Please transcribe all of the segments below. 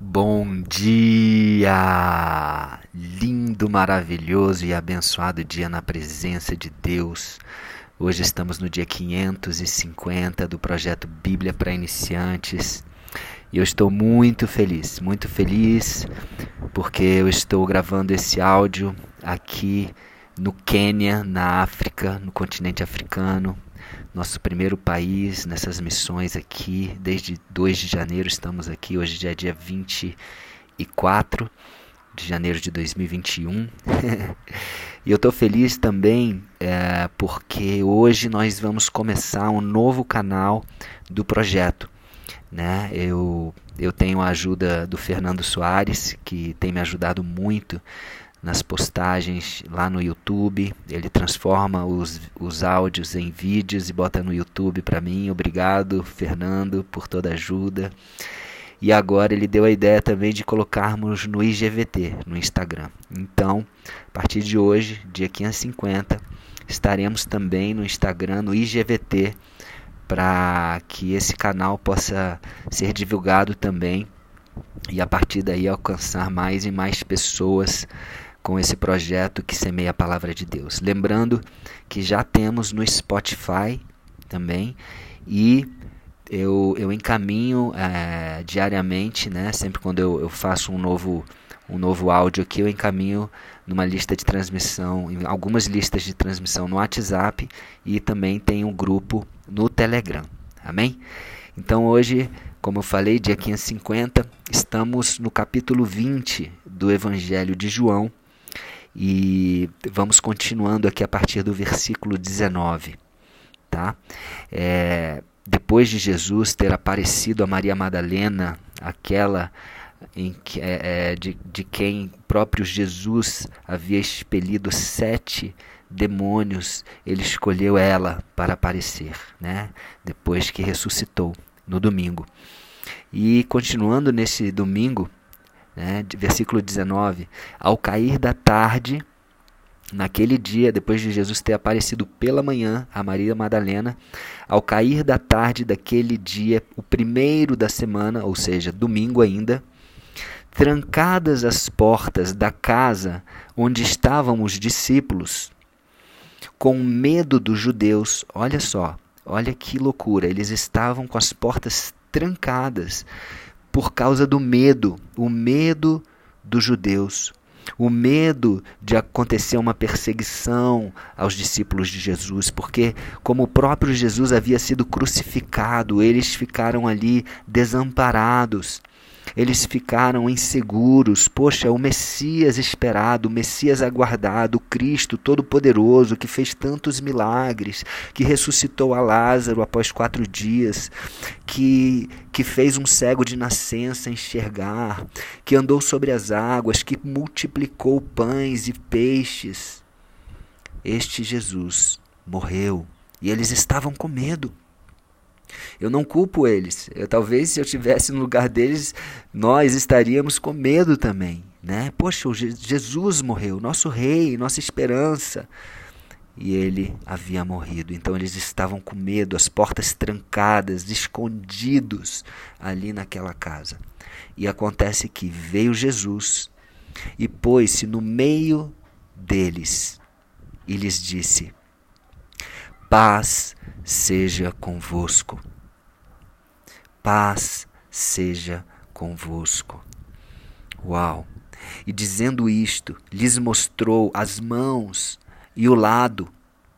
Bom dia! Lindo, maravilhoso e abençoado dia na presença de Deus. Hoje estamos no dia 550 do projeto Bíblia para Iniciantes. E eu estou muito feliz porque eu estou gravando esse áudio aqui no Quênia, na África, no continente africano. Nosso primeiro país nessas missões aqui, desde 2 de janeiro estamos aqui, hoje já é dia 24 de janeiro de 2021. E eu estou feliz também porque hoje nós vamos começar um novo canal do projeto. Né? Eu tenho a ajuda do Fernando Soares, que tem me ajudado muito nas postagens lá no YouTube. Ele transforma os áudios em vídeos e bota no YouTube para mim. Obrigado, Fernando, por toda a ajuda. E agora ele deu a ideia também de colocarmos no IGVT, no Instagram. Então, a partir de hoje, dia 550, estaremos também no Instagram, no IGVT, para que esse canal possa ser divulgado também e a partir daí alcançar mais e mais pessoas com esse projeto que semeia a palavra de Deus. Lembrando que já temos no Spotify também e eu encaminho diariamente, né? Sempre quando eu faço um novo áudio aqui, eu encaminho numa lista de transmissão, em algumas listas de transmissão no WhatsApp e também tem um grupo no Telegram. Amém? Então hoje, como eu falei, dia 550, estamos no capítulo 20 do Evangelho de João e vamos continuando aqui a partir do versículo 19. Tá? Depois de Jesus ter aparecido a Maria Madalena, aquela de quem próprio Jesus havia expelido 7 demônios, ele escolheu ela para aparecer, né? Depois que ressuscitou no domingo. E continuando nesse domingo, né, versículo 19, ao cair da tarde, naquele dia, depois de Jesus ter aparecido pela manhã a Maria Madalena, ao cair da tarde daquele dia, o primeiro da semana, ou seja, domingo ainda, trancadas as portas da casa onde estavam os discípulos, com medo dos judeus, olha só, olha que loucura, eles estavam com as portas trancadas por causa do medo, o medo dos judeus, o medo de acontecer uma perseguição aos discípulos de Jesus, porque como o próprio Jesus havia sido crucificado, eles ficaram ali desamparados. Eles ficaram inseguros. Poxa, o Messias esperado, o Messias aguardado, o Cristo Todo-Poderoso, que fez tantos milagres, que ressuscitou a Lázaro após 4 dias, que fez um cego de nascença enxergar, que andou sobre as águas, que multiplicou pães e peixes. Este Jesus morreu e eles estavam com medo. Eu não culpo eles. Talvez se eu estivesse no lugar deles, nós estaríamos com medo também, né? Poxa, Jesus morreu, nosso rei, nossa esperança. E ele havia morrido. Então eles estavam com medo, as portas trancadas, escondidos ali naquela casa. E acontece que veio Jesus e pôs-se no meio deles e lhes disse: paz seja convosco. Paz seja convosco. Uau! E dizendo isto, lhes mostrou as mãos e o lado.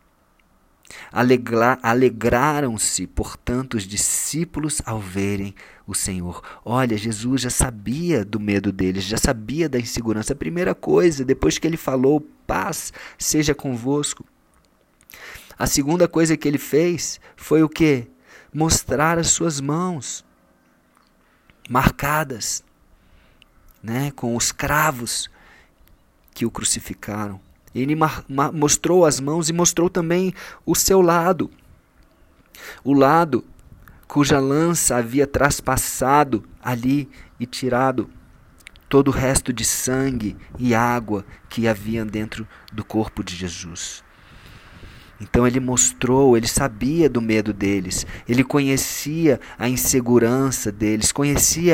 Alegraram-se, portanto, os discípulos ao verem o Senhor. Olha, Jesus já sabia do medo deles, já sabia da insegurança. A primeira coisa, depois que ele falou, paz seja convosco, a segunda coisa que ele fez foi o quê? Mostrar as suas mãos marcadas, né, com os cravos que o crucificaram. Ele mostrou as mãos e mostrou também o seu lado. O lado cuja lança havia traspassado ali e tirado todo o resto de sangue e água que havia dentro do corpo de Jesus. Então ele mostrou, ele sabia do medo deles, ele conhecia a insegurança deles, conhecia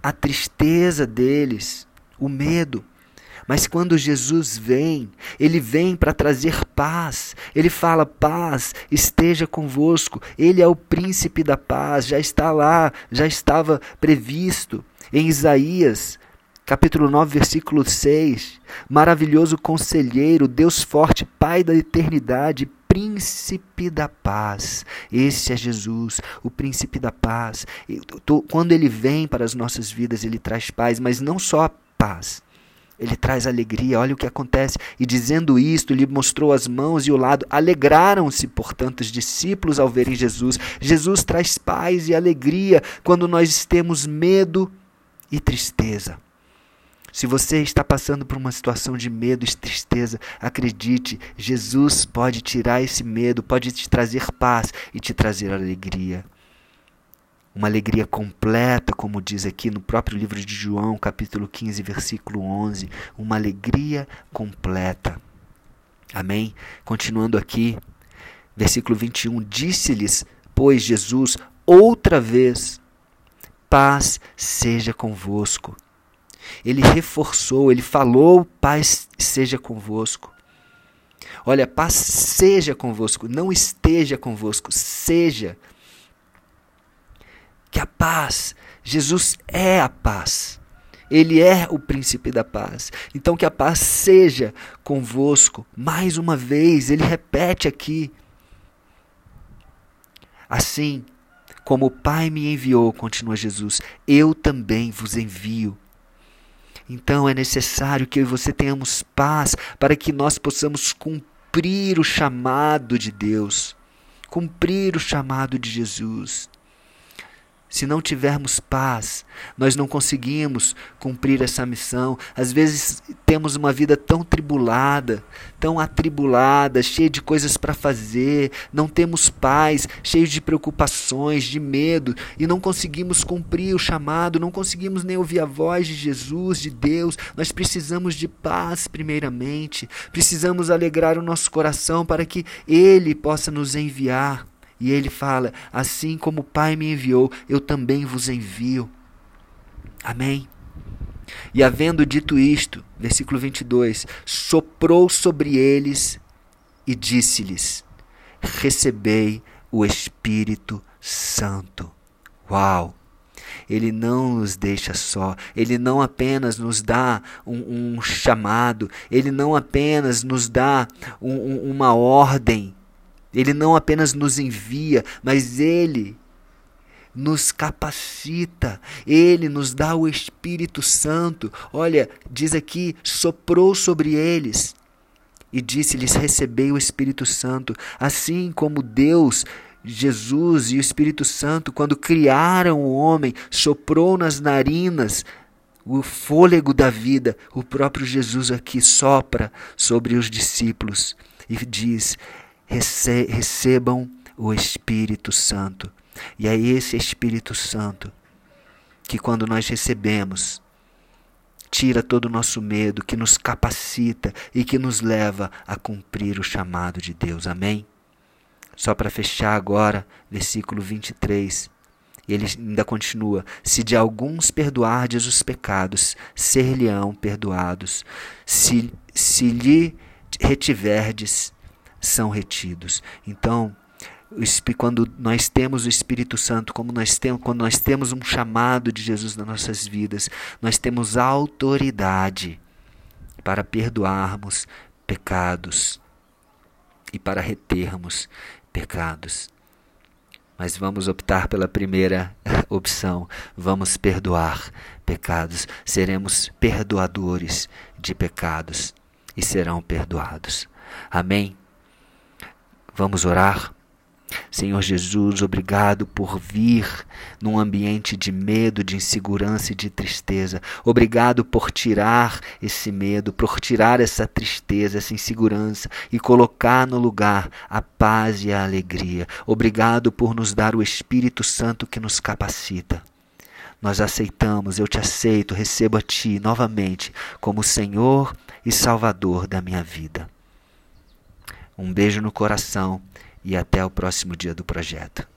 a tristeza deles, o medo. Mas quando Jesus vem, Ele vem para trazer paz. Ele fala: paz esteja convosco. Ele é o príncipe da paz, já está lá, já estava previsto em Isaías, capítulo 9, versículo 6. Maravilhoso conselheiro, Deus forte, Pai da eternidade, príncipe da paz. Esse é Jesus, o príncipe da paz. Quando Ele vem para as nossas vidas, Ele traz paz, mas não só paz. Ele traz alegria. Olha o que acontece. E dizendo isto, lhe mostrou as mãos e o lado. Alegraram-se, portanto, os discípulos ao verem Jesus. Jesus traz paz e alegria quando nós temos medo e tristeza. Se você está passando por uma situação de medo e tristeza, acredite, Jesus pode tirar esse medo, pode te trazer paz e te trazer alegria. Uma alegria completa, como diz aqui no próprio livro de João, capítulo 15, versículo 11. Uma alegria completa. Amém? Continuando aqui, versículo 21. Disse-lhes, pois, Jesus, outra vez, paz seja convosco. Ele reforçou, ele falou, paz seja convosco. Olha, paz seja convosco, não esteja convosco, seja. Que a paz, Jesus é a paz, Ele é o príncipe da paz, então que a paz seja convosco. Mais uma vez, Ele repete aqui, assim como o Pai me enviou, continua Jesus, eu também vos envio. Então é necessário que eu e você tenhamos paz para que nós possamos cumprir o chamado de Deus, cumprir o chamado de Jesus. Se não tivermos paz, nós não conseguimos cumprir essa missão. Às vezes temos uma vida tão tribulada, tão atribulada, cheia de coisas para fazer, não temos paz, cheios de preocupações, de medo, e não conseguimos cumprir o chamado, não conseguimos nem ouvir a voz de Jesus, de Deus. Nós precisamos de paz primeiramente, precisamos alegrar o nosso coração para que Ele possa nos enviar. E Ele fala, assim como o Pai me enviou, eu também vos envio. Amém? E havendo dito isto, versículo 22, soprou sobre eles e disse-lhes, recebei o Espírito Santo. Uau! Ele não nos deixa só, Ele não apenas nos dá um chamado, Ele não apenas nos dá uma ordem, Ele não apenas nos envia, mas Ele nos capacita, Ele nos dá o Espírito Santo. Olha, diz aqui, soprou sobre eles e disse-lhes, recebei o Espírito Santo. Assim como Deus, Jesus e o Espírito Santo, quando criaram o homem, soprou nas narinas o fôlego da vida, o próprio Jesus aqui sopra sobre os discípulos e diz, recebam o Espírito Santo. E é esse Espírito Santo que quando nós recebemos, tira todo o nosso medo, que nos capacita e que nos leva a cumprir o chamado de Deus. Amém? Só para fechar agora, versículo 23, ele ainda continua, se de alguns perdoardes os pecados, ser-lhe-ão perdoados, se lhe retiverdes, são retidos. Então, quando nós temos o Espírito Santo, quando nós temos um chamado de Jesus nas nossas vidas, nós temos autoridade para perdoarmos pecados e para retermos pecados. Mas vamos optar pela primeira opção, vamos perdoar pecados, seremos perdoadores de pecados e serão perdoados. Amém? Vamos orar? Senhor Jesus, obrigado por vir num ambiente de medo, de insegurança e de tristeza. Obrigado por tirar esse medo, por tirar essa tristeza, essa insegurança e colocar no lugar a paz e a alegria. Obrigado por nos dar o Espírito Santo que nos capacita. Nós aceitamos, eu te aceito, recebo a Ti novamente como Senhor e Salvador da minha vida. Um beijo no coração e até o próximo dia do projeto.